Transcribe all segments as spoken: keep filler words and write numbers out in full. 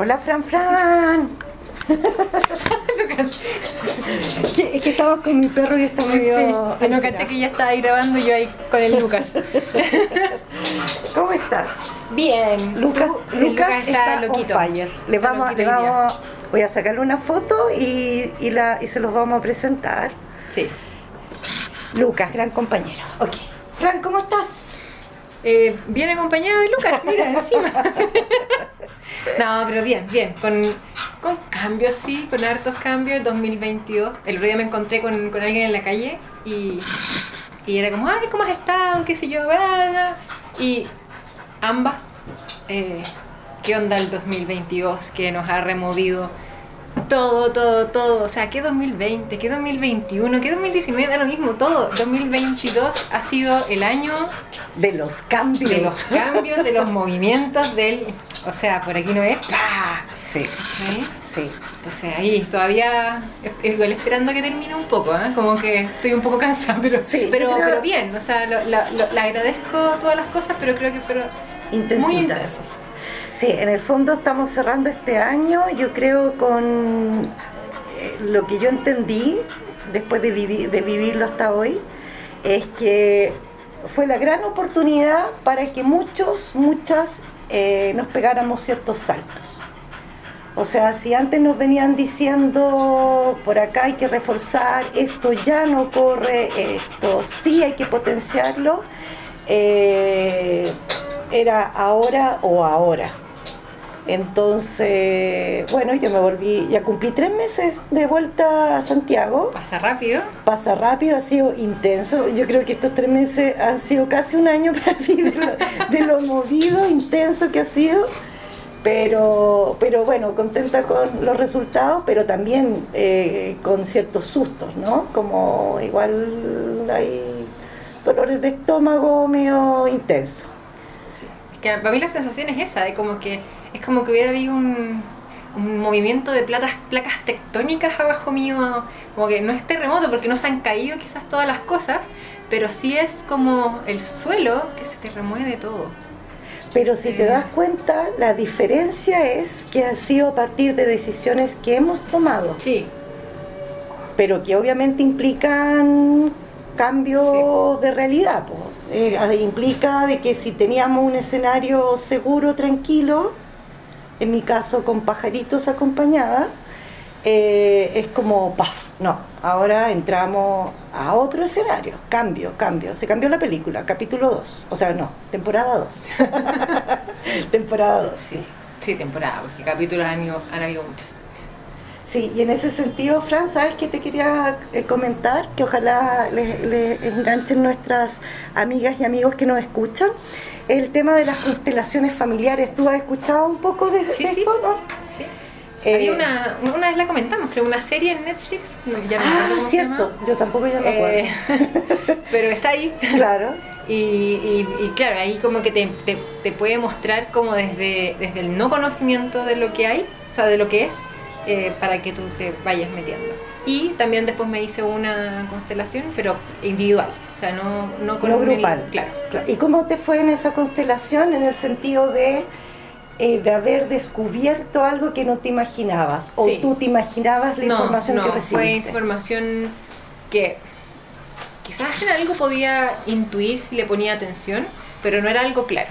Hola, Fran Fran. que, es que estamos con mi perro y está medio... Sí, no caché que ya estaba ahí grabando y yo ahí con el Lucas. ¿Cómo estás? Bien. Lucas, Tú, Lucas, Lucas está, está loquito. on fire. Le Está vamos, loquito le hoy día. vamos, voy a sacarle una foto y, y, la, y se los vamos a presentar. Sí. Lucas, gran compañero. Ok. Fran, ¿cómo estás? Eh, bien acompañado de Lucas, mira, encima. No, pero bien, bien, con, con cambios, sí, con hartos cambios. dos mil veintidós, el otro día me encontré con, con alguien en la calle y, y era como, ay, ¿cómo has estado? ¿Qué sé yo? Bla, bla. Y ambas, eh, ¿qué onda el dos mil veintidós que nos ha removido todo, todo, todo? O sea, ¿qué dos mil veinte? ¿Qué dos mil veintiuno? ¿Qué dos mil diecinueve? Da lo mismo, todo. dos mil veintidós ha sido el año de los cambios. De los cambios, de los movimientos, del... O sea, por aquí no es... ¡Pah! Sí. ¿Sí? Sí. Entonces ahí todavía... Igual esperando a que termine un poco, ¿eh? Como que estoy un poco cansada, pero, sí, pero, creo... pero bien. O sea, lo, lo, lo, le agradezco todas las cosas, pero creo que fueron muy intensos. Sí, en el fondo estamos cerrando este año, yo creo, con eh, lo que yo entendí después de, vivi- de vivirlo hasta hoy, es que fue la gran oportunidad para que muchos, muchas eh, nos pegáramos ciertos saltos. O sea, si antes nos venían diciendo por acá hay que reforzar, esto ya no corre, esto sí hay que potenciarlo, eh, era ahora o ahora. Entonces, bueno, yo me volví, ya cumplí tres meses de vuelta a Santiago. Pasa rápido. Pasa rápido, ha sido intenso. Yo creo que estos tres meses han sido casi un año para mí de lo, de lo movido, intenso que ha sido. Pero, pero bueno, contenta con los resultados, pero también eh, con ciertos sustos, ¿no? Como igual hay dolores de estómago medio intensos. Sí, es que para mí la sensación es esa, de como que es como que hubiera habido un, un movimiento de platas, placas tectónicas abajo mío, como que no es terremoto porque no se han caído quizás todas las cosas, pero sí es como el suelo que se te remueve todo. Pero si te das cuenta, la diferencia es que ha sido a partir de decisiones que hemos tomado. Sí. Pero que obviamente implican cambios sí. de realidad. Pues. Sí. Eh, implica de que si teníamos un escenario seguro, tranquilo, en mi caso con pajaritos acompañada, eh, es como, ¡paf! No, ahora entramos a otro escenario, cambio, cambio, se cambió la película, capítulo dos, o sea, no, temporada dos. temporada dos. Sí, sí, temporada, porque capítulos han, ido, han habido muchos. Sí, y en ese sentido, Fran, ¿sabes qué te quería eh, comentar? Que ojalá les, les enganchen nuestras amigas y amigos que nos escuchan. El tema de las constelaciones familiares. ¿Tú has escuchado un poco de, sí, de sí. esto, no? Sí. Eh, Había una, una vez la comentamos, creo, una serie en Netflix, no, ya no ah, recuerdo cómo cierto, se llama. yo tampoco ya me acuerdo. Eh, pero está ahí. Claro. Y, y, y claro, ahí como que te, te, te puede mostrar como desde, desde el no conocimiento de lo que hay, o sea, de lo que es, eh, para que tú te vayas metiendo. Y también después me hice una constelación, pero individual, o sea, no, no con no un grupal. El, claro. claro. ¿Y cómo te fue en esa constelación en el sentido de, eh, de haber descubierto algo que no te imaginabas? ¿O sí. tú te imaginabas la no, información no, que recibiste? Fue información que quizás en algo podía intuir si le ponía atención, pero no era algo claro.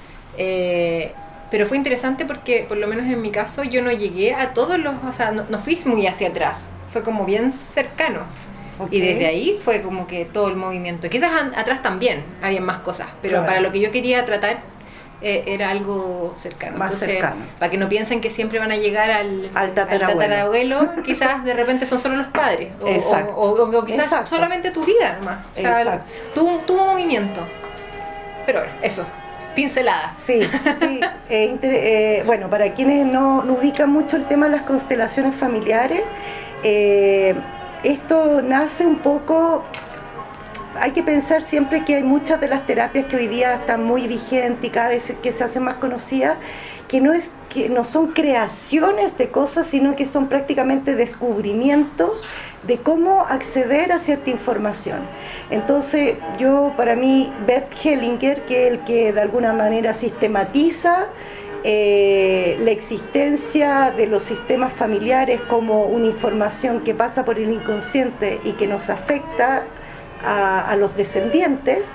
Eh, pero fue interesante porque, por lo menos en mi caso, yo no llegué a todos los... O sea, no, no fui muy hacia atrás. Fue como bien cercano. Okay. Y desde ahí fue como que todo el movimiento. Quizás an, atrás también había más cosas, pero claro. para lo que yo quería tratar eh, era algo cercano. Más Entonces, cercano. Para que no piensen que siempre van a llegar al, al tatarabuelo, al tatarabuelo quizás de repente son solo los padres. O, o, o, o quizás Exacto. solamente tu vida nomás. O sea, tuvo, tuvo movimiento. Pero bueno, eso. Pincelada. Sí, sí. eh, inter- eh, bueno, para quienes no, no ubican mucho el tema de las constelaciones familiares, eh, esto nace un poco... Hay que pensar siempre que hay muchas de las terapias que hoy día están muy vigentes y cada vez que se hacen más conocidas, que no, es, que no son creaciones de cosas, sino que son prácticamente descubrimientos de cómo acceder a cierta información. Entonces, yo, para mí, Bert Hellinger, que es el que de alguna manera sistematiza eh, la existencia de los sistemas familiares como una información que pasa por el inconsciente y que nos afecta a, a los descendientes,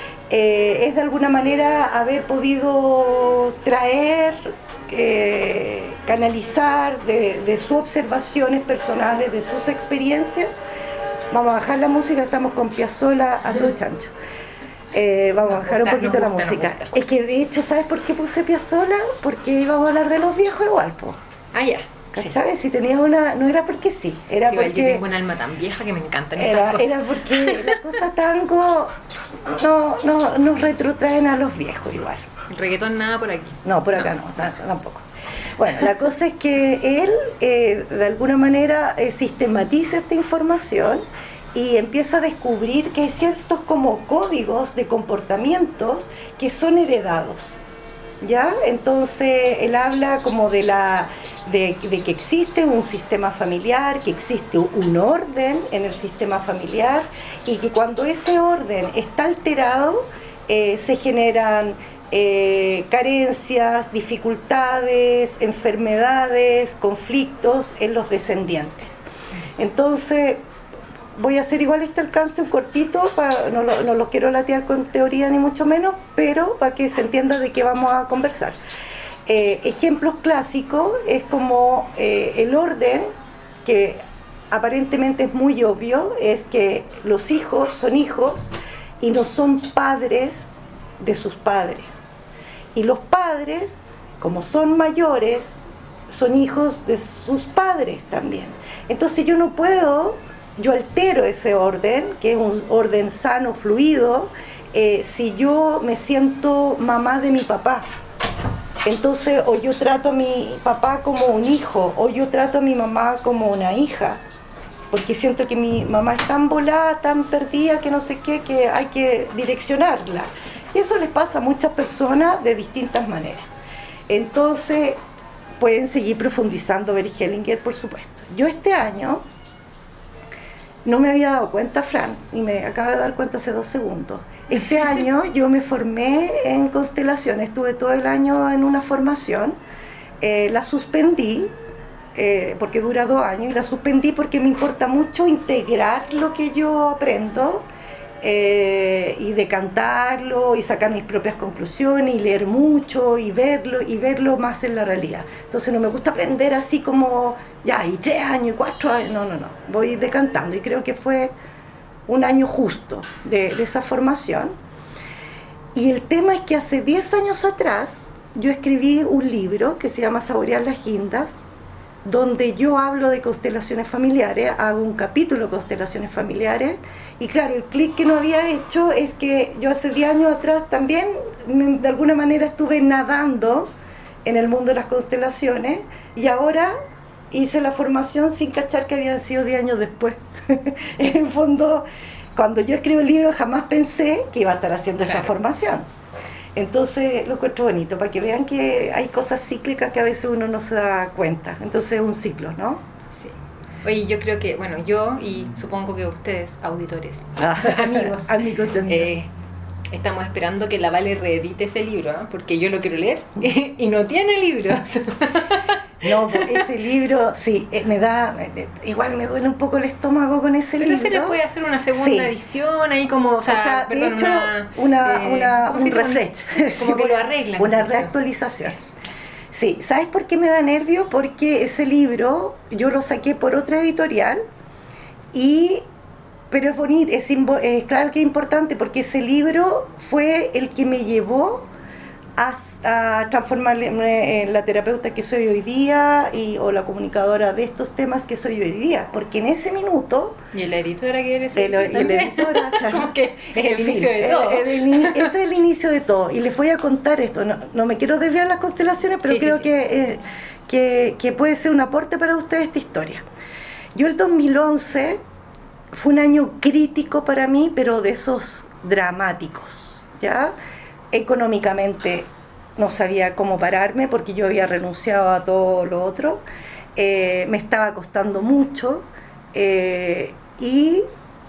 eh, es de alguna manera haber podido traer, eh, canalizar de, de sus observaciones personales, de sus experiencias. Vamos a bajar la música, estamos con Piazzolla a todo chancho. Eh, vamos a bajar un poquito la música. Es que de hecho, ¿sabes por qué puse Piazzolla? Porque íbamos a hablar de los viejos igual, po. Ah, ya. ¿Sabes? Si tenías una... No era porque sí, era sí, porque... Yo tengo un alma tan vieja que me encantan era, estas cosas. Era porque la cosa tango no, no, nos retrotraen a los viejos sí. Igual. El reggaetón nada por aquí. No, por acá no, no tampoco. Bueno, la cosa es que él, eh, de alguna manera, eh, sistematiza esta información y empieza a descubrir que hay ciertos como códigos de comportamientos que son heredados, ¿ya? Entonces él habla como de la de, de que existe un sistema familiar, que existe un orden en el sistema familiar y que cuando ese orden está alterado eh, se generan eh, carencias, dificultades, enfermedades, conflictos en los descendientes. Entonces voy a hacer igual este alcance un cortito, para, no, lo, no lo quiero latear con teoría ni mucho menos, pero para que se entienda de qué vamos a conversar. Eh, ejemplos clásicos es como eh, el orden, que aparentemente es muy obvio, es que los hijos son hijos y no son padres de sus padres. Y los padres, como son mayores, son hijos de sus padres también. Entonces yo no puedo... Yo altero ese orden, que es un orden sano, fluido, eh, si yo me siento mamá de mi papá. Entonces, o yo trato a mi papá como un hijo, o yo trato a mi mamá como una hija, porque siento que mi mamá es tan volada, tan perdida, que no sé qué, que hay que direccionarla. Y eso les pasa a muchas personas de distintas maneras. Entonces, pueden seguir profundizando Bert Hellinger, por supuesto. Yo este año... No me había dado cuenta, Fran, y me acabo de dar cuenta hace dos segundos. Este año yo me formé en constelaciones, estuve todo el año en una formación, eh, la suspendí, eh, porque dura dos años, y la suspendí porque me importa mucho integrar lo que yo aprendo, eh, y decantarlo, y sacar mis propias conclusiones, y leer mucho, y verlo, y verlo más en la realidad. Entonces no me gusta aprender así como, ya, y tres años, y cuatro años, no, no, no, voy decantando, y creo que fue un año justo de, de esa formación. Y el tema es que hace diez años atrás, yo escribí un libro que se llama Saborear las Guindas, donde yo hablo de constelaciones familiares, hago un capítulo de constelaciones familiares, y claro, el clic que no había hecho es que yo hace diez años atrás también, me, de alguna manera estuve nadando en el mundo de las constelaciones, y ahora hice la formación sin cachar que habían sido diez años después. En el fondo, cuando yo escribí el libro jamás pensé que iba a estar haciendo claro. esa formación. Entonces lo encuentro bonito, para que vean que hay cosas cíclicas que a veces uno no se da cuenta. Entonces es un ciclo, ¿no? Sí. Oye, yo creo que, bueno, yo y supongo que ustedes, auditores, ah, amigos, amigos, amigos. Eh, estamos esperando que la Vale reedite ese libro, ¿eh? Porque yo lo quiero leer y no tiene libros. No, ese libro, sí, me da, igual me duele un poco el estómago con ese Pero libro. Pero se le puede hacer una segunda sí. edición ahí como, o sea, o sea perdón, de hecho, una, una, eh, una un refresh. Como, como que lo arreglan. Una reactualización. Sí, ¿sabes por qué me da nervio? Porque ese libro yo lo saqué por otra editorial, y pero es bonito, es, es claro que es importante, porque ese libro fue el que me llevó a, a transformarme en la terapeuta que soy hoy día, y, o la comunicadora de estos temas que soy hoy día, porque en ese minuto... ¿Y en la editora que eres? El, y la editora, claro. Como que es el en inicio fin, de todo. El, el, el, ese es el inicio de todo, y les voy a contar esto, no, no me quiero desviar las constelaciones, pero sí, creo sí, sí. Que, eh, que, que puede ser un aporte para ustedes esta historia. Yo el dos mil once fue un año crítico para mí, pero de esos dramáticos, ¿ya? Económicamente no sabía cómo pararme, porque yo había renunciado a todo lo otro, eh, me estaba costando mucho, eh, y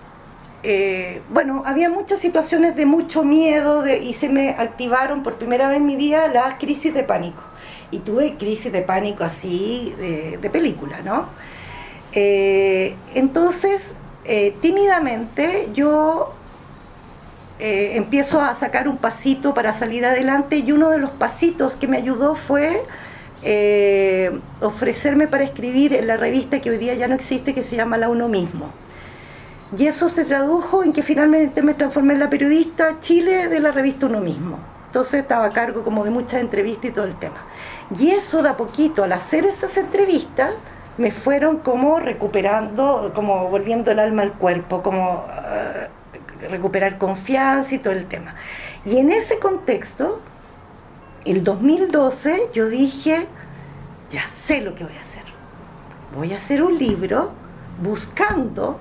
eh, bueno, había muchas situaciones de mucho miedo, de, y se me activaron por primera vez en mi vida las crisis de pánico. y tuve crisis de pánico así de, de película, ¿no? Eh, entonces, eh, tímidamente yo eh, empiezo a sacar un pasito para salir adelante, y uno de los pasitos que me ayudó fue eh, ofrecerme para escribir en la revista que hoy día ya no existe, que se llama La Uno Mismo. Y eso se tradujo en que finalmente me transformé en la periodista Chile de la revista Uno Mismo. Entonces estaba a cargo como de muchas entrevistas y todo el tema. Y eso de a poquito, al hacer esas entrevistas, me fueron como recuperando, como volviendo el alma al cuerpo, como uh, recuperar confianza y todo el tema. Y en ese contexto, el dos mil doce, yo dije, ya sé lo que voy a hacer. Voy a hacer un libro buscando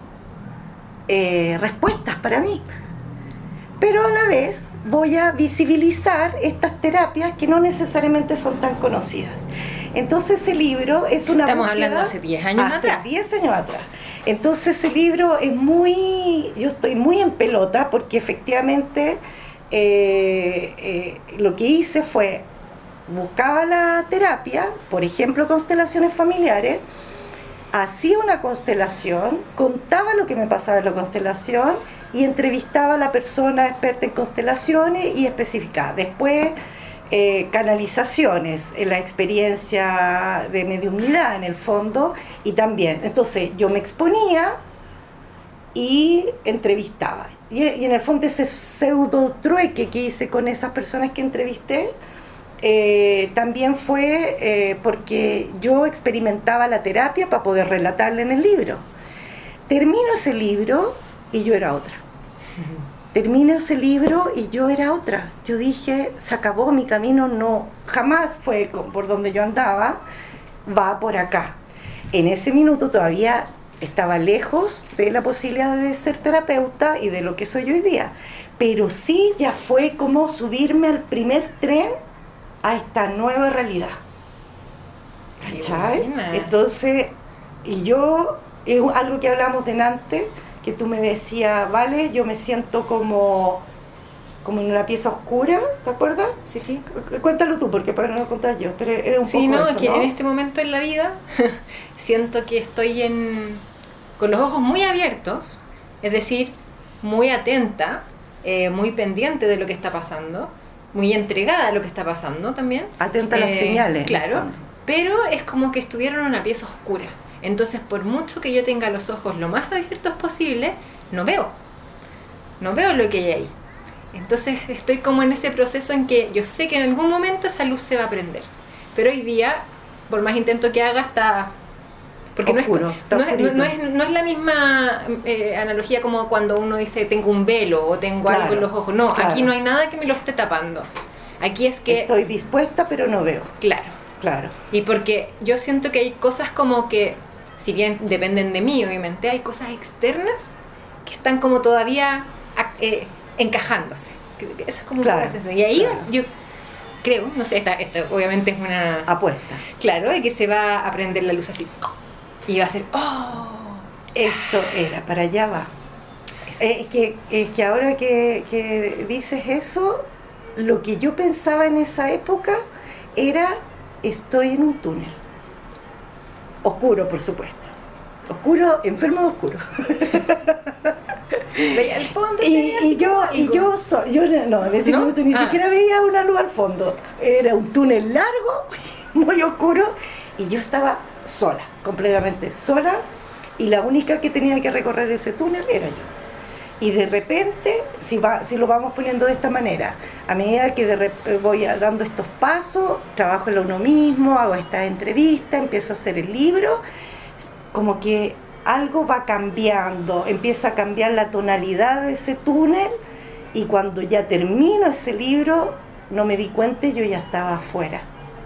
eh, respuestas para mí. Pero a la vez voy a visibilizar estas terapias que no necesariamente son tan conocidas. Entonces ese libro es una Estamos búsqueda, hablando hace diez años hace atrás. diez años atrás. Entonces ese libro es muy, yo estoy muy en pelota porque efectivamente eh, eh, lo que hice fue, buscaba la terapia, por ejemplo constelaciones familiares, hacía una constelación, contaba lo que me pasaba en la constelación y entrevistaba a la persona experta en constelaciones y especificaba. Después, eh, canalizaciones, en la experiencia de mediumnidad en el fondo, y también. Entonces, yo me exponía y entrevistaba. Y, y en el fondo ese pseudo trueque que hice con esas personas que entrevisté, Eh, también fue eh, porque yo experimentaba la terapia para poder relatarla en el libro. Termino ese libro y yo era otra. Termino ese libro y yo era otra. Yo dije, se acabó mi camino, no, jamás fue por donde yo andaba, va por acá. En ese minuto todavía estaba lejos de la posibilidad de ser terapeuta y de lo que soy hoy día. Pero sí ya fue como subirme al primer tren a esta nueva realidad. ¿Cachai? Entonces, y yo, es algo que hablamos delante, que tú me decías, vale, yo me siento como, como en una pieza oscura, ¿te acuerdas? Sí, sí. Cuéntalo tú, porque para no lo contar yo, pero era un sí, poco no, eso, es que ¿no? en este momento en la vida siento que estoy en, con los ojos muy abiertos, es decir, muy atenta, eh, muy pendiente de lo que está pasando, muy entregada a lo que está pasando también. Atenta a las eh, señales. Claro, pero es como que estuviera en una pieza oscura. Entonces, por mucho que yo tenga los ojos lo más abiertos posible, no veo. No veo lo que hay ahí. Entonces, estoy como en ese proceso en que yo sé que en algún momento esa luz se va a prender. Pero hoy día, por más intento que haga, está... Porque oscuro, no, es, no, es, no, no, es, no es la misma eh, analogía como cuando uno dice tengo un velo o tengo claro, algo en los ojos. No, claro. Aquí no hay nada que me lo esté tapando. Aquí es que... Estoy dispuesta, pero no veo. Claro. Claro. Y porque yo siento que hay cosas como que, si bien dependen de mí, obviamente, hay cosas externas que están como todavía eh, encajándose. Esa es como claro, una sensación. Y ahí claro. yo creo, no sé, esta, esta obviamente es una... Apuesta. Claro, de que se va a prender la luz así. Y va a ser, ¡oh! Esto era, para allá va. Es que, es que ahora que, que dices eso, lo que yo pensaba en esa época era, estoy en un túnel. Oscuro, por supuesto. Oscuro, enfermo de oscuro. Veía al fondo. Y, y yo, y yo, so, yo no, en ese ¿No? minuto ni ah. siquiera veía una luz al fondo. Era un túnel largo, muy oscuro, y yo estaba sola, completamente sola, y la única que tenía que recorrer ese túnel era yo. Y de repente, si, va, si lo vamos poniendo de esta manera, a medida que de rep- voy a, dando estos pasos, trabajo en lo uno mismo, hago esta entrevista, empiezo a hacer el libro, como que algo va cambiando, empieza a cambiar la tonalidad de ese túnel, y cuando ya termino ese libro, no me di cuenta y yo ya estaba afuera.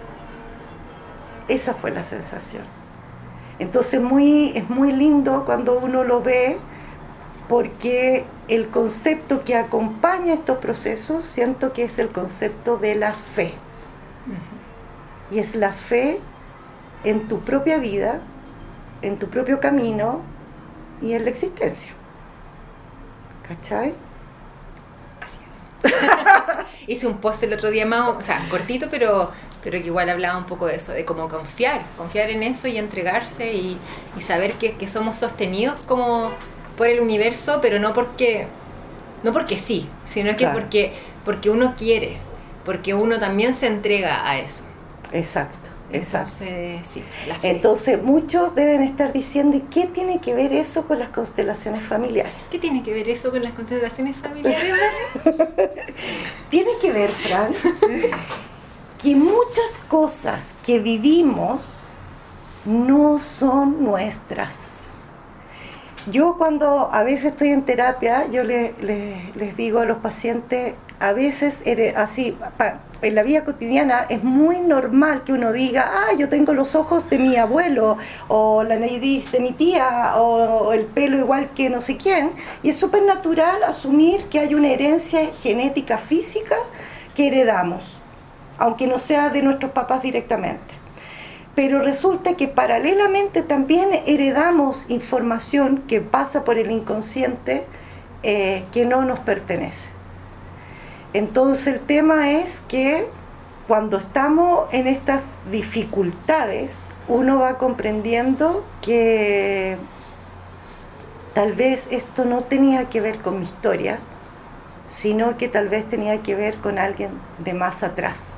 Esa fue la sensación. Entonces muy, es muy lindo cuando uno lo ve, porque el concepto que acompaña estos procesos, siento que es el concepto de la fe. Uh-huh. Y es la fe en tu propia vida, en tu propio camino y en la existencia. ¿Cachai? Así es. Hice un post el otro día más, o sea, cortito, pero pero que igual hablaba un poco de eso, de cómo confiar, confiar en eso y entregarse y, y saber que, que somos sostenidos como por el universo, pero no porque, no porque sí, sino que claro. porque, porque uno quiere, porque uno también se entrega a eso. Exacto. Entonces, exacto. sí, la fe. Entonces, muchos deben estar diciendo, ¿y qué tiene que ver eso con las constelaciones familiares? ¿Qué tiene que ver eso con las constelaciones familiares? Tiene que ver, Fran, que muchas cosas que vivimos no son nuestras. Yo cuando a veces estoy en terapia, yo le, le, les digo a los pacientes, a veces eres así, pa, en la vida cotidiana es muy normal que uno diga, ah, yo tengo los ojos de mi abuelo, o la nariz de mi tía, o, o el pelo igual que no sé quién, y es súper natural asumir que hay una herencia genética física que heredamos, aunque no sea de nuestros papás directamente. Pero resulta que paralelamente también heredamos información que pasa por el inconsciente eh, que no nos pertenece. Entonces el tema es que cuando estamos en estas dificultades, uno va comprendiendo que tal vez esto no tenía que ver con mi historia, sino que tal vez tenía que ver con alguien de más atrás.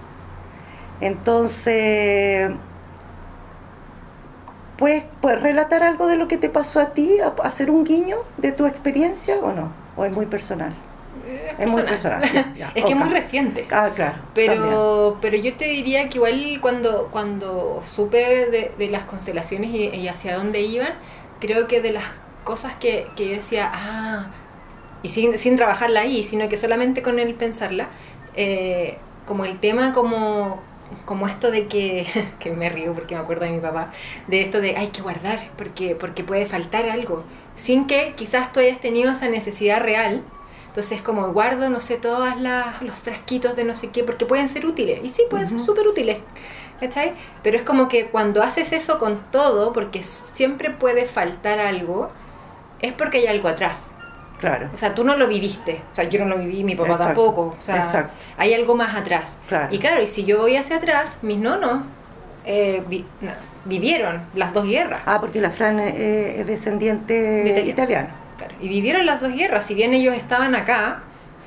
Entonces, ¿puedes, ¿puedes relatar algo de lo que te pasó a ti? ¿Hacer un guiño de tu experiencia o no? ¿O es muy personal? Es, es muy personal. Ya, ya. Es Okay. que es muy reciente. Ah, claro. Pero, pero yo te diría que igual cuando, cuando supe de, de las constelaciones y, y hacia dónde iban, creo que de las cosas que, que yo decía, ah, y sin, sin trabajarla ahí, sino que solamente con el pensarla, eh, como el tema como, como esto de que, que me río porque me acuerdo de mi papá, de esto de hay que guardar porque, porque puede faltar algo, sin que quizás tú hayas tenido esa necesidad real. Entonces como guardo, no sé, todos los frasquitos de no sé qué, porque pueden ser útiles. Y sí, pueden uh-huh. ser súper útiles, ¿cachai? Pero es como que cuando haces eso con todo, porque siempre puede faltar algo, es porque hay algo atrás. Claro. O sea, tú no lo viviste. O sea, yo no lo viví, mi papá Exacto. tampoco. O sea, Exacto. hay algo más atrás. Claro. Y claro, y si yo voy hacia atrás, mis nonos eh, vi, no, vivieron las dos guerras. Ah, porque la Fran eh, es descendiente de italiano. italiano. Claro, y vivieron las dos guerras, si bien ellos estaban acá,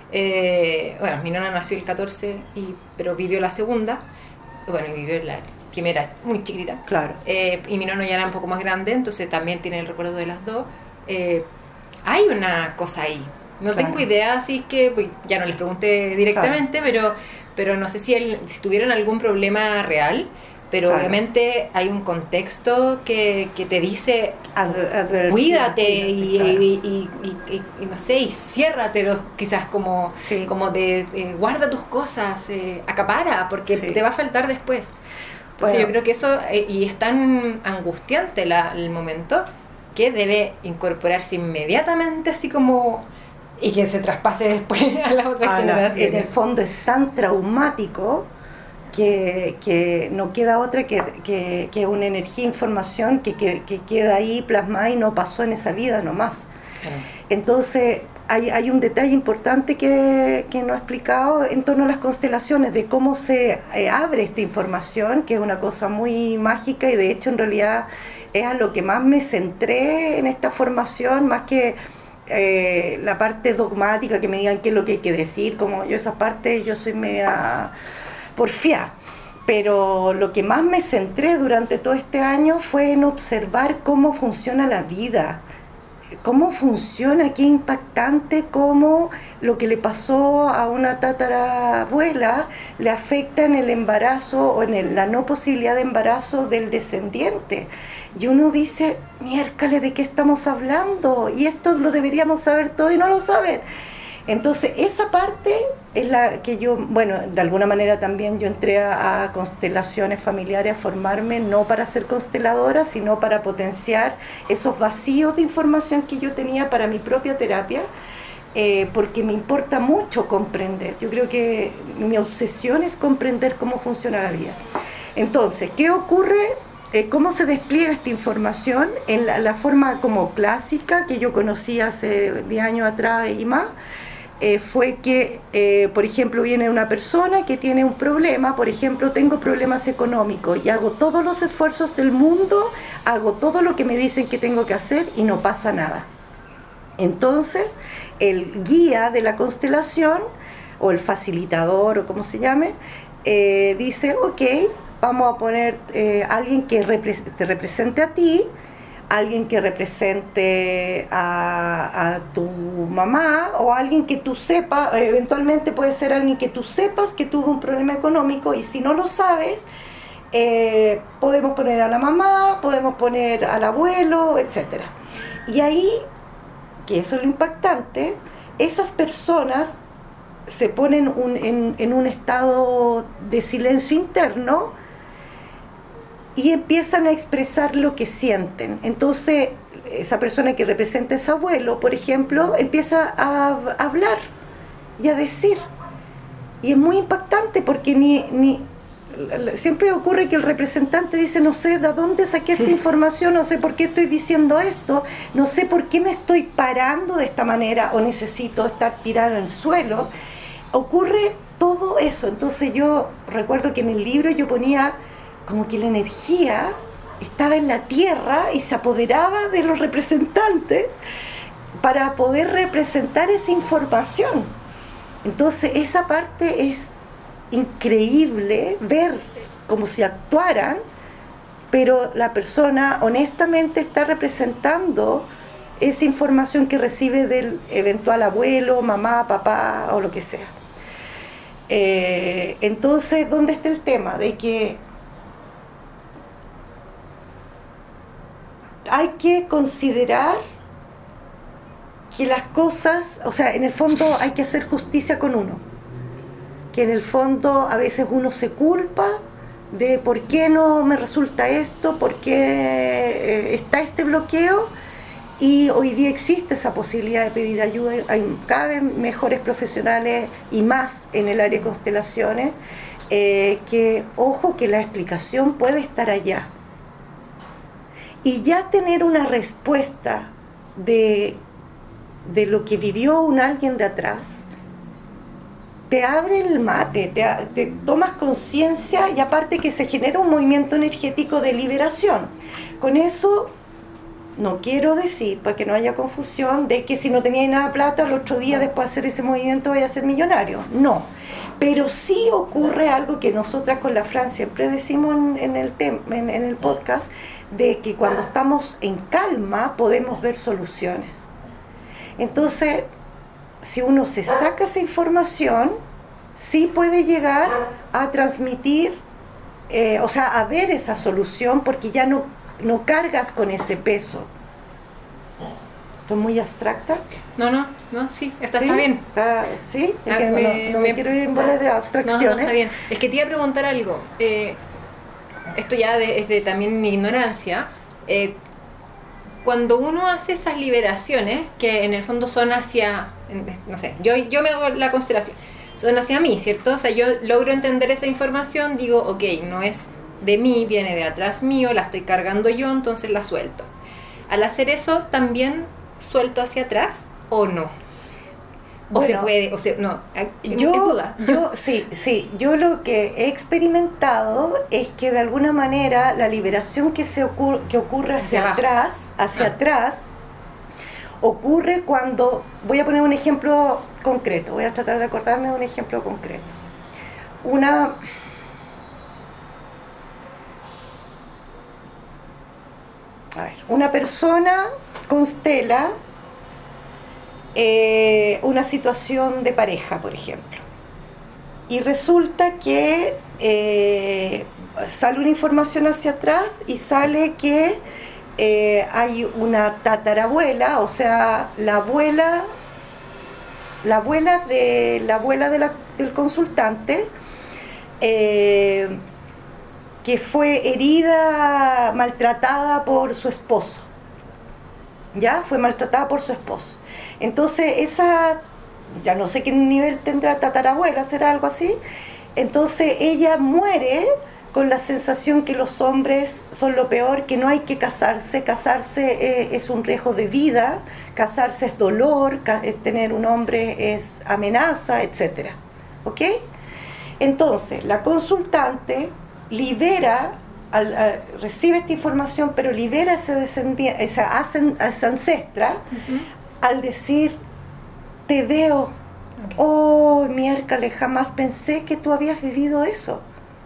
eh, bueno, mi nona nació el catorce, y, pero vivió la segunda, bueno, y vivió la primera muy chiquitita, claro. eh, y mi nono ya era un poco más grande, entonces también tiene el recuerdo de las dos. Eh, hay una cosa ahí, no claro. tengo idea, así que pues, ya no les pregunté directamente, claro. pero, pero no sé si, el, si tuvieron algún problema real. Pero claro. obviamente hay un contexto que, que te dice Adver- cuídate y, claro. y, y, y, y, y no sé, y ciérratelo quizás como, sí. como de eh, guarda tus cosas, eh, acapara, porque sí. te va a faltar después. Entonces bueno. yo creo que eso, eh, y es tan angustiante la, el momento, que debe incorporarse inmediatamente así como... y que se traspase después a las otras ah, generaciones. En el fondo es tan traumático Que, que no queda otra que, que, que una energía, información que, que, que queda ahí plasmada y no pasó en esa vida nomás. Claro. Entonces hay, hay un detalle importante que, que no he explicado en torno a las constelaciones, de cómo se eh, abre esta información, que es una cosa muy mágica y de hecho en realidad es a lo que más me centré en esta formación, más que eh, la parte dogmática, que me digan qué es lo que hay que decir, como yo esa parte yo soy media... porfiar, pero lo que más me centré durante todo este año fue en observar cómo funciona la vida, cómo funciona, qué impactante, cómo lo que le pasó a una tatarabuela le afecta en el embarazo o en el, la no posibilidad de embarazo del descendiente. Y uno dice, miércoles, ¿de qué estamos hablando? Y esto lo deberíamos saber todo y no lo saben. Entonces, esa parte es la que yo, bueno, de alguna manera también yo entré a, a constelaciones familiares a formarme, no para ser consteladora, sino para potenciar esos vacíos de información que yo tenía para mi propia terapia, eh, porque me importa mucho comprender. Yo creo que mi obsesión es comprender cómo funciona la vida. Entonces, ¿qué ocurre? Eh, ¿Cómo se despliega esta información en la, la forma como clásica que yo conocí hace diez años atrás y más? eh, fue que, eh, por ejemplo, viene una persona que tiene un problema, por ejemplo, tengo problemas económicos y hago todos los esfuerzos del mundo, hago todo lo que me dicen que tengo que hacer y no pasa nada. Entonces, el guía de la constelación, o el facilitador, o como se llame, eh, dice, ok, vamos a poner eh, alguien que repre- te represente a ti, alguien que represente a, a tu mamá, o alguien que tú sepas, eventualmente puede ser alguien que tú sepas que tuvo un problema económico, y si no lo sabes, eh, podemos poner a la mamá, podemos poner al abuelo, etcétera. Y ahí, que eso es lo impactante, esas personas se ponen un, en, en un estado de silencio interno y empiezan a expresar lo que sienten. Entonces, esa persona que representa a ese abuelo, por ejemplo, empieza a hablar y a decir. Y es muy impactante porque ni, ni siempre ocurre que el representante dice, no sé de dónde saqué esta información, no sé por qué estoy diciendo esto, no sé por qué me estoy parando de esta manera o necesito estar tirado en el suelo. Ocurre todo eso. Entonces yo recuerdo que en el libro yo ponía como que la energía estaba en la tierra y se apoderaba de los representantes para poder representar esa información. Entonces esa parte es increíble, ver como si actuaran, pero la persona honestamente está representando esa información que recibe del eventual abuelo, mamá, papá o lo que sea. Eh, entonces, ¿dónde está el tema? De que hay que considerar que las cosas, o sea, en el fondo hay que hacer justicia con uno. Que en el fondo a veces uno se culpa de por qué no me resulta esto, por qué eh, está este bloqueo, y hoy día existe esa posibilidad de pedir ayuda. Hay cada vez mejores profesionales y más en el área de constelaciones, eh, que, ojo, que la explicación puede estar allá. Y ya tener una respuesta de, de lo que vivió un alguien de atrás, te abre el mate, te, te tomas conciencia, y aparte que se genera un movimiento energético de liberación. Con eso no quiero decir, para que no haya confusión, de que si no tenía nada de plata, el otro día después de hacer ese movimiento vaya a ser millonario. No, pero sí ocurre algo que nosotras con la Fran siempre decimos en, en, el, tem, en, en el podcast, de que cuando estamos en calma podemos ver soluciones. Entonces, si uno se saca esa información, sí puede llegar a transmitir, eh, o sea, a ver esa solución, porque ya no, no cargas con ese peso. ¿Esto es muy abstracta? No, no, no, sí, está, ¿Sí? está bien. ¿Está, ¿Sí? Es Ah, que me, no, no me, me quiero ir en bolas de abstracciones. No, no, está bien. Es que te iba a preguntar algo. Eh, esto ya de, es de también mi ignorancia. Eh, cuando uno hace esas liberaciones, que en el fondo son hacia, no sé, yo, yo me hago la constelación, son hacia mí, ¿cierto? O sea, yo logro entender esa información, digo, ok, no es de mí, viene de atrás mío, la estoy cargando yo, entonces la suelto. Al hacer eso, ¿también suelto hacia atrás o no? O bueno, se puede, o se, no, yo, es duda. yo, sí, sí, yo lo que he experimentado es que de alguna manera la liberación que, se ocurre, que ocurre hacia, hacia atrás, hacia ah. atrás, ocurre cuando, voy a poner un ejemplo concreto, voy a tratar de acordarme de un ejemplo concreto. Una, a ver, una persona constela eh, una situación de pareja, por ejemplo, y resulta que eh, sale una información hacia atrás y sale que eh, hay una tatarabuela, o sea, la abuela, la abuela de la abuela de la, del consultante, eh, que fue herida, maltratada por su esposo. ¿Ya? Fue maltratada por su esposo. Entonces, esa, ya no sé qué nivel tendrá tatarabuela, será algo así. Entonces, ella muere con la sensación que los hombres son lo peor, que no hay que casarse, casarse eh, es un riesgo de vida, casarse es dolor, ca- es tener un hombre es amenaza, etcétera. ¿Ok? Entonces, la consultante libera, al, a- recibe esta información, pero libera ese descendi- esa, ascen- esa ancestra Ujú. al decir, te veo, Ok. oh, miércoles, jamás pensé que tú habías vivido eso.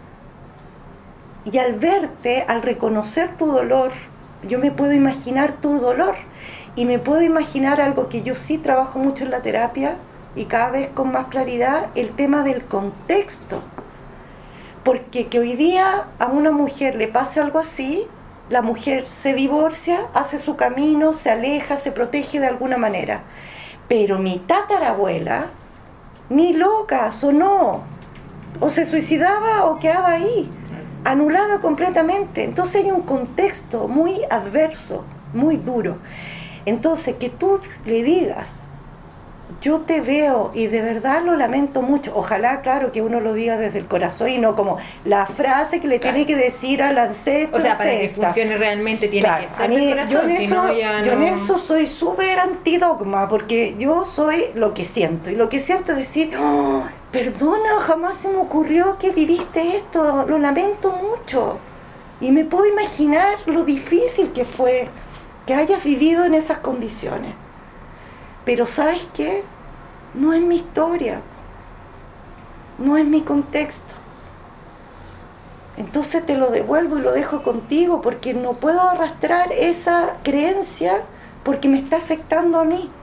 Y al verte, al reconocer tu dolor, yo me puedo imaginar tu dolor y me puedo imaginar algo que yo sí trabajo mucho en la terapia y cada vez con más claridad, el tema del contexto. Porque que hoy día a una mujer le pase algo así, la mujer se divorcia, hace su camino, se aleja, se protege de alguna manera. Pero mi tatarabuela, ni loca, sonó, o se suicidaba o quedaba ahí, anulada completamente. Entonces hay un contexto muy adverso, muy duro. Entonces que tú le digas, yo te veo y de verdad lo lamento mucho. Ojalá, claro, que uno lo diga desde el corazón y no como la frase que le Claro. tiene que decir al ancestro. O sea, para que ancestra. funcione realmente tiene Claro, que a ser mí- del yo corazón, en si eso, no ya yo en no... eso soy súper antidogma, porque yo soy lo que siento. Y lo que siento es decir, "Oh, perdona, jamás se me ocurrió que viviste esto, lo lamento mucho. Y me puedo imaginar lo difícil que fue que hayas vivido en esas condiciones. Pero ¿sabes qué? No es mi historia, no es mi contexto. Entonces te lo devuelvo y lo dejo contigo porque no puedo arrastrar esa creencia porque me está afectando a mí.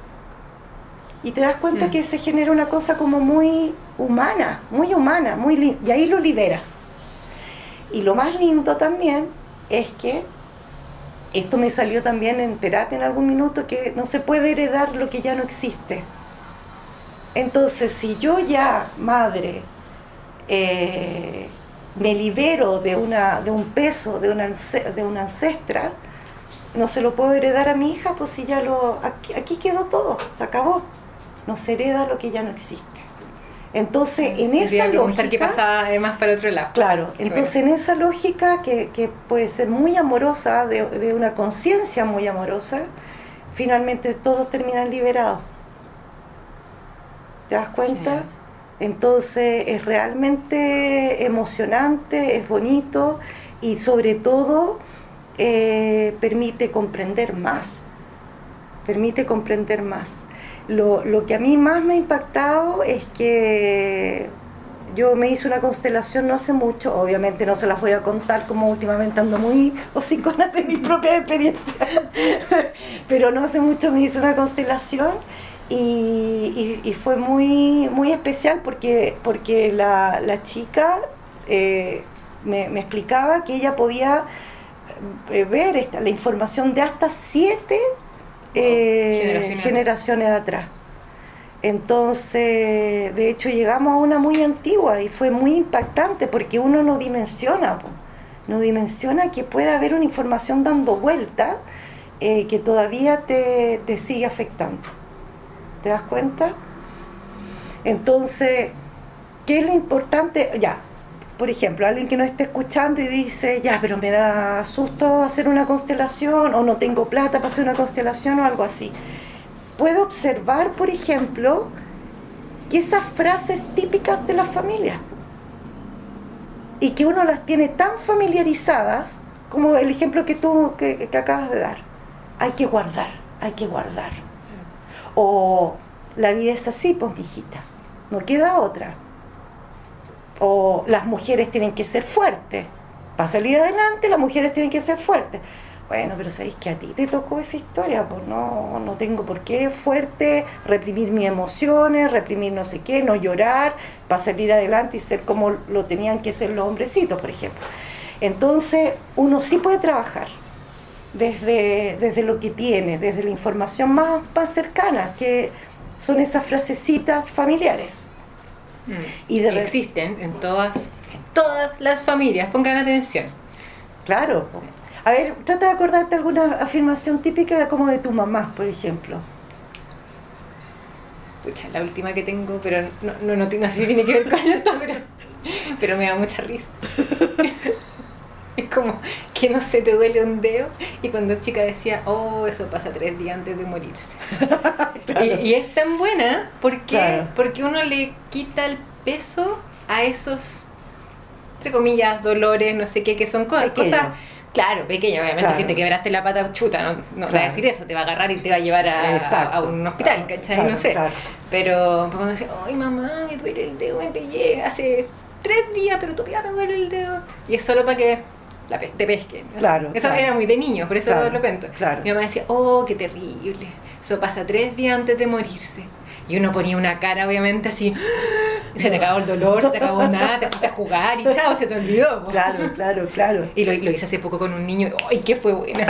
Y te das cuenta Mm. que se genera una cosa como muy humana, muy humana, muy li- y ahí lo liberas. Y lo más lindo también es que esto me salió también en terapia en algún minuto, que no se puede heredar lo que ya no existe. Entonces, si yo ya, madre, eh, me libero de, una, de un peso, de una, ance- de una ancestra, no se lo puedo heredar a mi hija, pues si ya lo... Aquí, aquí quedó todo, se acabó. No se hereda lo que ya no existe. Entonces, en Quería esa preguntar qué lógica... pasaba además para otro lado. Claro, Qué entonces en esa lógica que, que puede ser muy amorosa, de, de una conciencia muy amorosa, finalmente todos terminan liberados. ¿Te das cuenta? Genial. Entonces es realmente emocionante, es bonito y sobre todo eh, permite comprender más, permite comprender más. Lo, lo que a mí más me ha impactado es que yo me hice una constelación no hace mucho, obviamente no se las voy a contar como últimamente ando muy hocicona de mi propia experiencia, pero no hace mucho me hice una constelación y, y, y fue muy, muy especial porque, porque la, la chica eh, me, me explicaba que ella podía eh, ver esta, la información de hasta siete eh, Generaciones generaciones atrás. Entonces, de hecho, llegamos a una muy antigua y fue muy impactante porque uno no dimensiona, po, no dimensiona que puede haber una información dando vuelta eh, que todavía te, te sigue afectando. ¿Te das cuenta? Entonces, ¿qué es lo importante? Ya, por ejemplo, alguien que nos esté escuchando y dice, ya, pero me da susto hacer una constelación o no tengo plata para hacer una constelación o algo así. Puede observar, por ejemplo, que esas frases típicas de la familia y que uno las tiene tan familiarizadas como el ejemplo que tú que, que acabas de dar. Hay que guardar, hay que guardar. O la vida es así, pues, mijita, no queda otra. O las mujeres tienen que ser fuertes. Para salir adelante, las mujeres tienen que ser fuertes. Bueno, pero sabéis que a ti te tocó esa historia, pues no, no tengo por qué fuerte, reprimir mis emociones, reprimir no sé qué, no llorar, para salir adelante y ser como lo tenían que ser los hombrecitos, por ejemplo. Entonces, uno sí puede trabajar desde, desde lo que tiene, desde la información más, más cercana, que son esas frasecitas familiares. Mm. Y de Y re- existen en todas, todas las familias, pongan atención. Claro. A ver, trata de acordarte alguna afirmación típica como de tu mamá, por ejemplo. Pucha, la última que tengo, pero no, no, no, no sé si tiene que ver con esto, pero pero me da mucha risa. Es como que no se te duele un dedo. Y cuando chica decía, oh, eso pasa tres días antes de morirse. Claro. y, y es tan buena porque, claro. porque uno le quita el peso a esos, entre comillas, dolores, no sé qué, que son co- cosas... Claro, pequeño, obviamente, claro. Si te quebraste la pata, chuta, no, no claro. te va a decir eso, te va a agarrar y te va a llevar a, a, a un hospital, ¿cachai? Claro, no sé. Claro. Pero cuando decía, ay mamá, me duele el dedo, me pegué hace tres días, pero todavía me duele el dedo. Y es solo para que la pe- te pesquen. ¿No? Claro, eso claro. Era muy de niño, por eso claro, lo cuento. Claro. Mi mamá decía, oh, qué terrible, eso pasa tres días antes de morirse. Y uno ponía una cara, obviamente, así, se te acabó el dolor, se te acabó nada, te fuiste a jugar y chao, se te olvidó. Po. Claro, claro, claro. Y lo, lo hice hace poco con un niño, ¡ay, qué fue buena!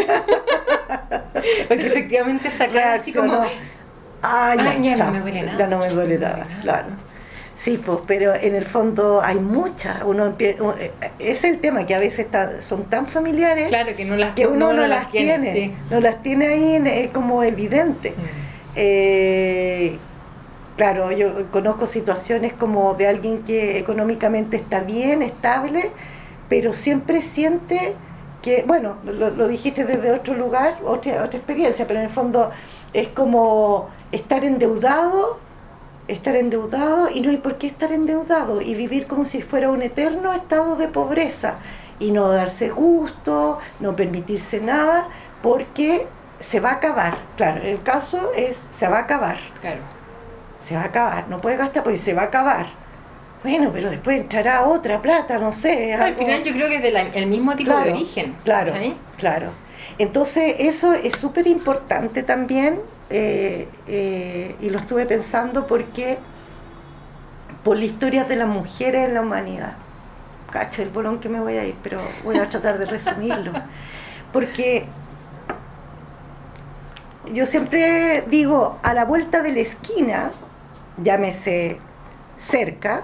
Porque efectivamente esa cara así como, ah, ya, ah, ya chao, no me duele nada. Ya no me duele nada, claro. Sí, pues, pero en el fondo hay muchas. Uno empieza, es el tema que a veces está, son tan familiares, claro, que, no las, que uno no, no las tiene, tiene sí. no las tiene ahí, es como evidente. Mm. Eh, claro, yo conozco situaciones como de alguien que económicamente está bien, estable, pero siempre siente que, bueno, lo, lo dijiste desde otro lugar, otra, otra experiencia, pero en el fondo es como estar endeudado, estar endeudado y no hay por qué estar endeudado y vivir como si fuera un eterno estado de pobreza y no darse gusto, no permitirse nada, porque se va a acabar. Claro, el caso es, se va a acabar. Claro. Se va a acabar, no puede gastar porque se va a acabar. Bueno, pero después entrará otra plata, no sé. Claro, al final yo creo que es del mismo tipo claro, de origen. Claro, ¿sí? Claro. Entonces eso es súper importante también, eh, eh, y lo estuve pensando porque por la historia de las mujeres en la humanidad. Cacha el bolón que me voy a ir, pero voy a tratar de resumirlo. Porque yo siempre digo, a la vuelta de la esquina, llámese cerca,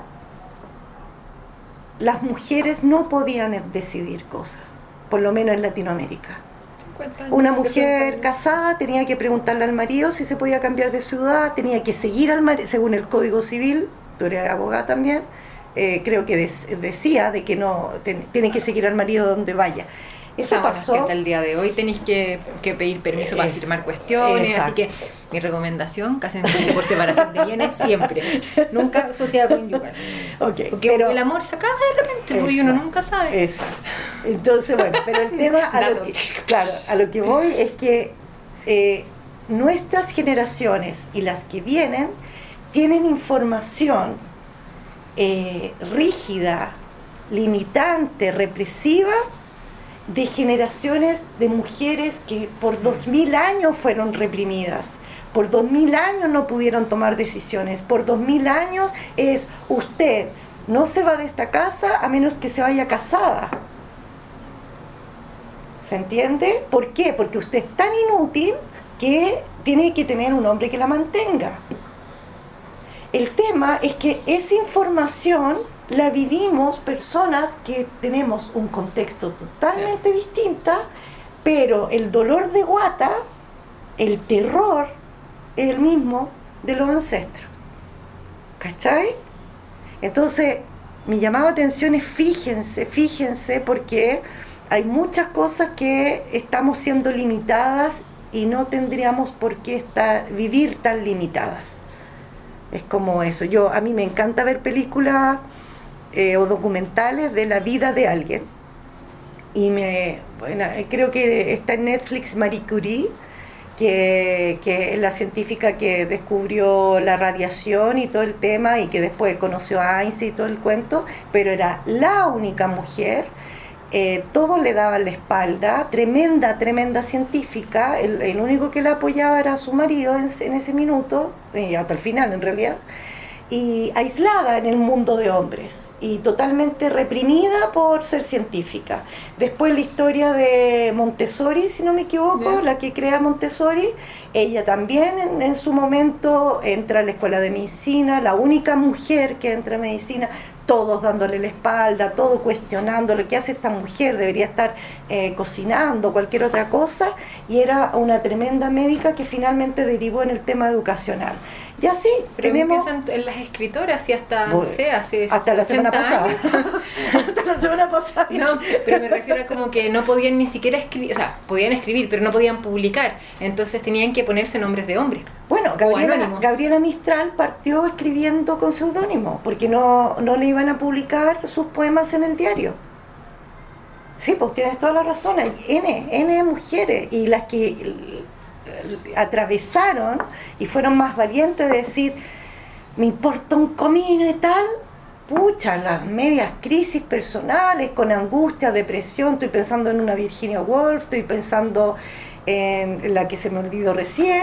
las mujeres no podían decidir cosas, por lo menos en Latinoamérica. Una mujer casada tenía que preguntarle al marido si se podía cambiar de ciudad, tenía que seguir al marido, según el Código Civil, tú eres abogada también, eh, creo que des, decía de que no, ten, tiene que seguir al marido donde vaya. Eso o sea, pasó. Bueno, es que hasta el día de hoy tenéis que, que pedir permiso para es, firmar cuestiones, exacto. Así que mi recomendación, cásense por separación de bienes siempre, nunca sociedad conyugal. Okay, porque pero, el amor se acaba de repente y uno nunca sabe. Exacto. Entonces, bueno, pero el tema a lo que, claro, a lo que voy es que eh, nuestras generaciones y las que vienen tienen información eh, rígida, limitante, represiva, de generaciones de mujeres que por dos mil años fueron reprimidas, por dos mil años no pudieron tomar decisiones, por dos mil años es usted no se va de esta casa a menos que se vaya casada. ¿Se entiende? ¿Por qué? Porque usted es tan inútil que tiene que tener un hombre que la mantenga. El tema es que esa información la vivimos personas que tenemos un contexto totalmente distinto, pero el dolor de guata, el terror, es el mismo de los ancestros. ¿Cachai? Entonces, mi llamado a atención es fíjense, fíjense, porque hay muchas cosas que estamos siendo limitadas y no tendríamos por qué estar, vivir tan limitadas. Es como eso. Yo, a mí me encanta ver películas eh, o documentales de la vida de alguien. Y me, bueno, creo que está en Netflix Marie Curie, que, que es la científica que descubrió la radiación y todo el tema, y que después conoció a Einstein y todo el cuento, pero era la única mujer. Eh, todos le daban la espalda, tremenda, tremenda científica, el, el único que la apoyaba era su marido en, en ese minuto, y hasta el final en realidad, y aislada en el mundo de hombres, y totalmente reprimida por ser científica. Después la historia de Montessori, si no me equivoco, yeah. La que crea Montessori, ella también en, en su momento entra a la escuela de medicina, la única mujer que entra a medicina. todos dándole la espalda, todo cuestionando lo que hace esta mujer, debería estar eh, cocinando, cualquier otra cosa, y era una tremenda médica que finalmente derivó en el tema educacional. Y así pero tenemos... empiezan en las escritoras y hasta, Bueno, no sé, hace hasta la semana pasada. años. Hasta la semana pasada. No, pero me refiero a como que no podían ni siquiera escribir, o sea, podían escribir, pero no podían publicar, entonces tenían que ponerse nombres de hombres. Bueno, Gabriela, Gabriela Mistral partió escribiendo con seudónimo, porque no, no le iban a publicar sus poemas en el diario. Sí, pues tienes toda la razón, hay N, N mujeres, y las que atravesaron y fueron más valientes de decir, me importa un comino y tal, pucha, las medias crisis personales, con angustia, depresión, estoy pensando en una Virginia Woolf, estoy pensando en la que se me olvidó recién,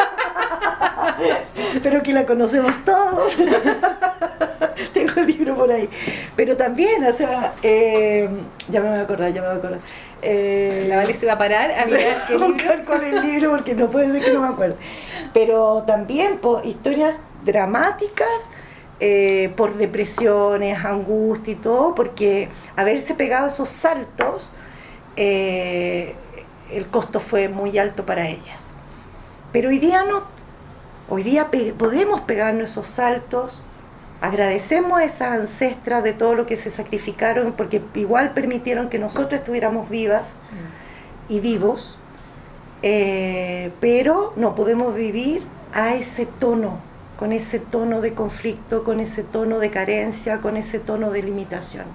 pero que la conocemos todos. Tengo el libro por ahí. Pero también, o sea, eh, ya me voy a acordar, ya me voy a acordar. Eh, la Vale se va a parar a mirar qué libro. Con el libro porque no puede ser que no me acuerde. Pero también por historias dramáticas, eh, por depresiones, angustia y todo, porque haberse pegado esos saltos, eh, el costo fue muy alto para ellas. Pero hoy día no. Hoy día pe- podemos pegarnos esos saltos. Agradecemos a esas ancestras de todo lo que se sacrificaron, porque igual permitieron que nosotros estuviéramos vivas y vivos, eh, pero no podemos vivir a ese tono, con ese tono de conflicto, con ese tono de carencia, con ese tono de limitación.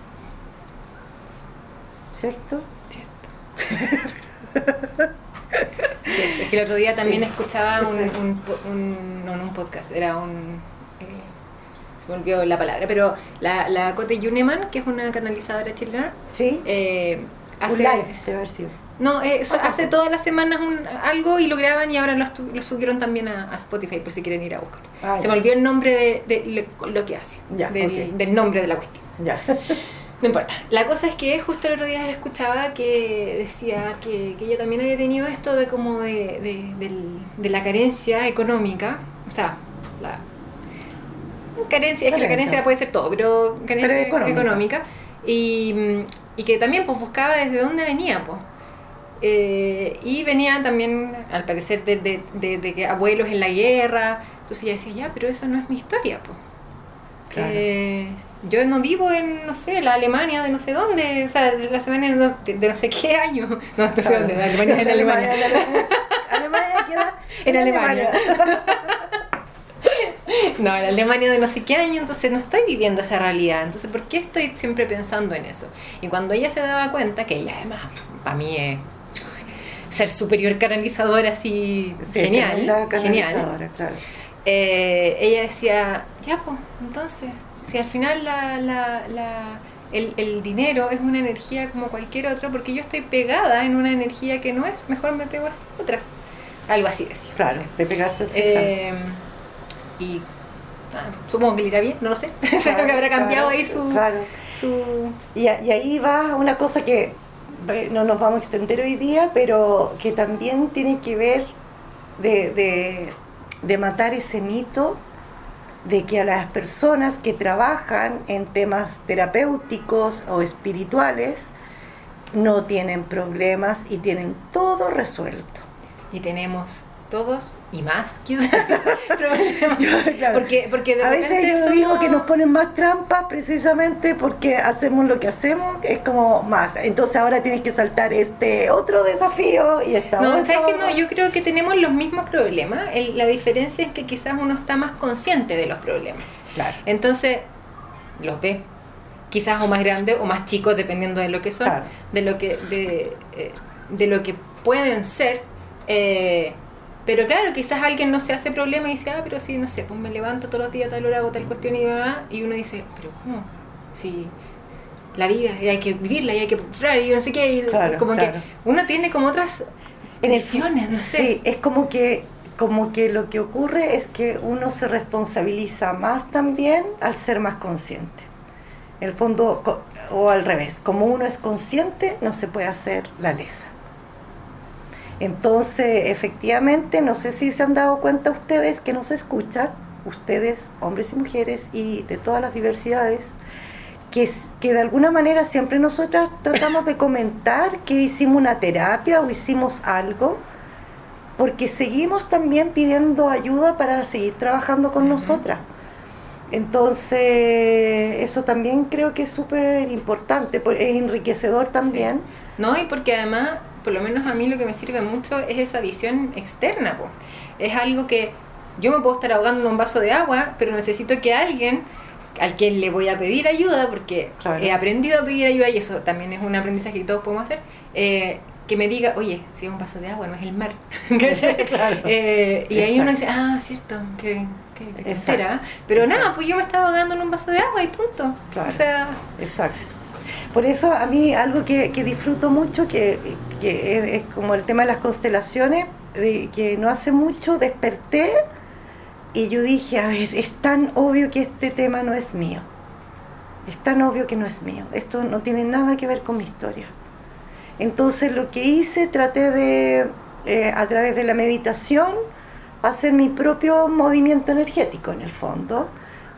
¿Cierto? Cierto. Cierto. Es que el otro día también sí, escuchaba un, un, un, no, no un podcast, era un... se me olvidó la palabra, pero la, la Cote Yuneman, que es una canalizadora chilena, ¿sí? eh, hace... un live, debe haber sido. No, eh, so, hace todas las semanas un, algo y lo graban y ahora lo, lo subieron también a, a Spotify por si quieren ir a buscar. Ah, se me olvidó el nombre de, de, de lo que hace, ya, del, okay. del nombre de la cuestión. Ya. No importa. La cosa es que justo el otro día escuchaba que decía que, que ella también había tenido esto de como de, de, de, de la carencia económica, o sea, la carencia, es que la carencia puede ser todo, pero carencia pero económica, económica y, y que también pues buscaba desde dónde venía, pues. Eh, y venía también, al parecer, de, de, de, de que abuelos en la guerra, entonces ella decía, ya, pero eso no es mi historia, pues. Claro. Eh, yo no vivo en, no sé, la Alemania de no sé dónde, o sea, de la semana de, de, de no sé qué año, no, no sé claro. dónde, Alemania es en Alemania. Alemania queda en Alemania. No, en Alemania de no sé qué año, entonces no estoy viviendo esa realidad, entonces ¿por qué estoy siempre pensando en eso? Y cuando ella se daba cuenta, que ella además, para mí es ser superior canalizadora así, sí, genial, genial, claro. eh, ella decía, ya pues, entonces, si al final la, la, la, el, el dinero es una energía como cualquier otra, porque yo estoy pegada en una energía que no es, mejor me pego a esta otra, algo así decía. Claro, no sé. de pegarse a eh, y ah, supongo que le irá bien, no lo sé, claro, que habrá cambiado claro, ahí su... Claro. su... Y, a, y ahí va una cosa que no nos vamos a extender hoy día, pero que también tiene que ver de, de, de matar ese mito de que a las personas que trabajan en temas terapéuticos o espirituales no tienen problemas y tienen todo resuelto. Y tenemos todos y más, quizás, problemas. Claro. Porque, porque de a repente veces yo somos... digo que nos ponen más trampas precisamente porque hacemos lo que hacemos, es como más. Entonces ahora tienes que saltar este otro desafío y esta no, otra. ¿sabes qué? No, yo creo que tenemos los mismos problemas. El, la diferencia es que quizás uno está más consciente de los problemas. Claro. Entonces, los ve quizás o más grandes o más chicos, dependiendo de lo que son, claro. de lo que de, eh, de lo que pueden ser. Eh, pero claro, quizás alguien no se hace problema y dice, ah, pero sí, no sé, pues me levanto todos los días, tal hora hago tal cuestión y demás, y uno dice, pero ¿cómo? Si la vida y hay que vivirla y hay que y no sé qué, y claro, como claro. que uno tiene como otras visiones, no sé. Sí, es como que como que lo que ocurre es que uno se responsabiliza más también al ser más consciente. En el fondo, o al revés, como uno es consciente, no se puede hacer la lesa. Entonces, efectivamente, no sé si se han dado cuenta ustedes que nos escuchan, ustedes, hombres y mujeres, y de todas las diversidades, que, que de alguna manera siempre nosotras tratamos de comentar que hicimos una terapia o hicimos algo, porque seguimos también pidiendo ayuda para seguir trabajando con uh-huh. nosotras. Entonces, eso también creo que es súper importante, es enriquecedor también. Sí. No, y porque además, por lo menos a mí lo que me sirve mucho es esa visión externa, po. Es algo que yo me puedo estar ahogando en un vaso de agua, pero necesito que alguien, al que le voy a pedir ayuda, porque claro. he aprendido a pedir ayuda, y eso también es un aprendizaje que todos podemos hacer, eh, que me diga, oye, si es un vaso de agua, no es el mar. Claro. eh, y ahí uno dice, ah, cierto, que... que será, pero exacto. nada, pues yo me estaba ahogando en un vaso de agua y punto. Claro. O sea, exacto. Por eso a mí algo que, que disfruto mucho, que, que es, es como el tema de las constelaciones, de, que no hace mucho desperté y yo dije, a ver, es tan obvio que este tema no es mío. Es tan obvio que no es mío. Esto no tiene nada que ver con mi historia. Entonces lo que hice, traté de, eh, a través de la meditación, hacer mi propio movimiento energético en el fondo,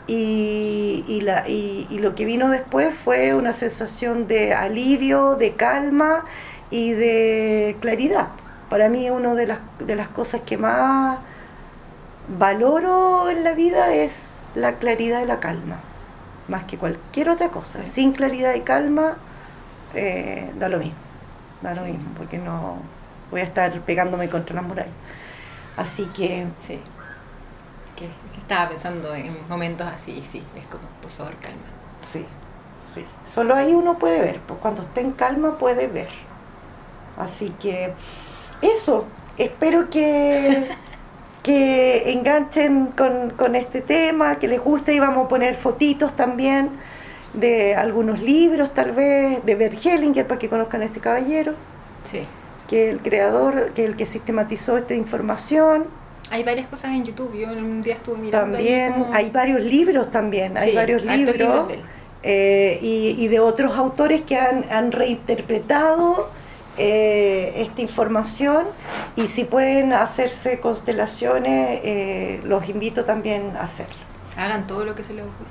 y, y, la, y, y lo que vino después fue una sensación de alivio, de calma y de claridad. Para mí una de las, de las cosas que más valoro en la vida es la claridad y la calma, más que cualquier otra cosa. Sí. Sin claridad y calma eh, da lo mismo, da lo sí. mismo, porque no voy a estar pegándome contra las murallas. Así que... Sí, que, que estaba pensando en momentos así, sí, es como, por favor, calma. Sí, sí. Solo ahí uno puede ver, pues cuando esté en calma puede ver. Así que eso, espero que, que enganchen con, con este tema, que les guste, y vamos a poner fotitos también de algunos libros, tal vez, de Bert Hellinger, para que conozcan a este caballero. Sí. Que el creador, que el que sistematizó esta información. Hay varias cosas en YouTube, yo un día estuve mirando. También como... hay varios libros también, sí, hay varios libros, libros de él. Eh, y, y de otros autores que han, han reinterpretado eh, esta información, y si pueden hacerse constelaciones, eh, los invito también a hacerlo. Hagan todo lo que se les ocurra.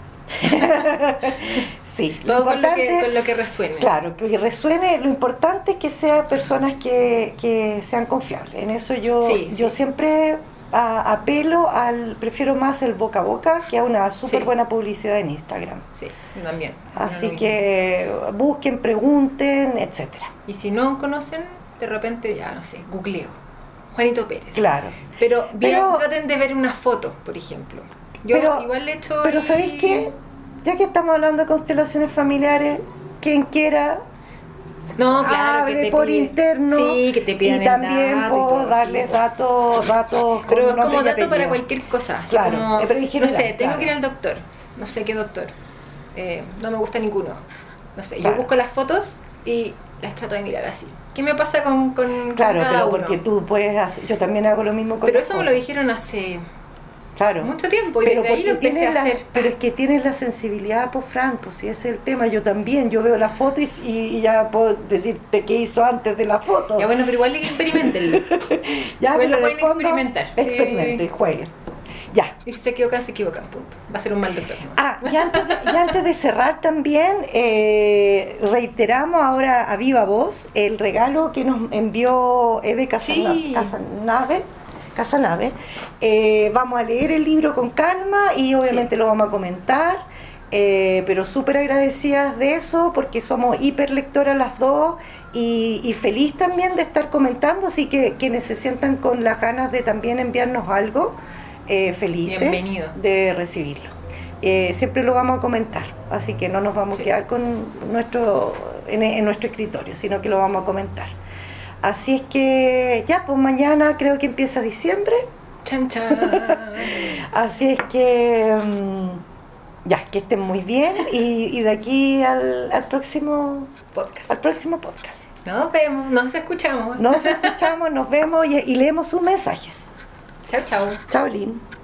Sí, todo con lo, que, con lo que resuene. Claro, que resuene. Lo importante es que sean personas que, que sean confiables. En eso yo, sí, yo sí. siempre a, apelo al, prefiero más el boca a boca que a una súper sí. buena publicidad en Instagram. Sí, yo también. Así que busquen, pregunten, etcétera. Y si no conocen, de repente, ya no sé, googleo Juanito Pérez. Claro. Pero, bien, Pero traten de ver una foto, por ejemplo. Yo pero, igual he hecho... Pero y... ¿sabéis qué? Ya que estamos hablando de constelaciones familiares, quien quiera... No, claro, hable que te por pide, interno, sí, que te pidan y también dato puedo y darles sí, datos, datos pero con es como dato apellido. Para cualquier cosa, así claro, como, pero en general, no sé, tengo claro. que ir al doctor, no sé qué doctor, eh, no me gusta ninguno, no sé, claro. yo busco las fotos y las trato de mirar así. ¿Qué me pasa con, con, claro, con cada pero uno? Porque tú puedes hacer, yo también hago lo mismo con Pero eso fotos. me lo dijeron hace... Claro. mucho tiempo, y pero desde ahí lo empecé a la, hacer. Pero es que tienes la sensibilidad, pues Fran, pues si ese es el tema. Yo también, yo veo la foto y, y ya puedo decirte qué hizo antes de la foto. Ya bueno, pero igual experimentenlo. Ya, igual lo pueden fondo, experimentar. Experimenten, sí. Jueguen. Ya. Y si se equivocan, se equivocan, punto. Va a ser un mal doctor, ¿no? Ah, y antes de, y antes de cerrar también, eh, reiteramos ahora a viva voz el regalo que nos envió Eve Casana, sí. Casanave. Casanave. Eh, vamos a leer el libro con calma y obviamente sí. lo vamos a comentar, eh, pero súper agradecidas de eso, porque somos hiper lectoras las dos, y, y feliz también de estar comentando, así que quienes se sientan con las ganas de también enviarnos algo, eh, felices Bienvenido. de recibirlo. Eh, siempre lo vamos a comentar, así que no nos vamos sí. a quedar con nuestro en, en nuestro escritorio, sino que lo vamos a comentar. Así es que ya, pues mañana creo que empieza diciembre. Chan, chan. Así es que um, ya, que estén muy bien, y, y de aquí al, al próximo podcast. Al próximo podcast. Nos vemos, nos escuchamos. Nos escuchamos, nos vemos y, y leemos sus mensajes. Chao, chao. Chao, Lynn.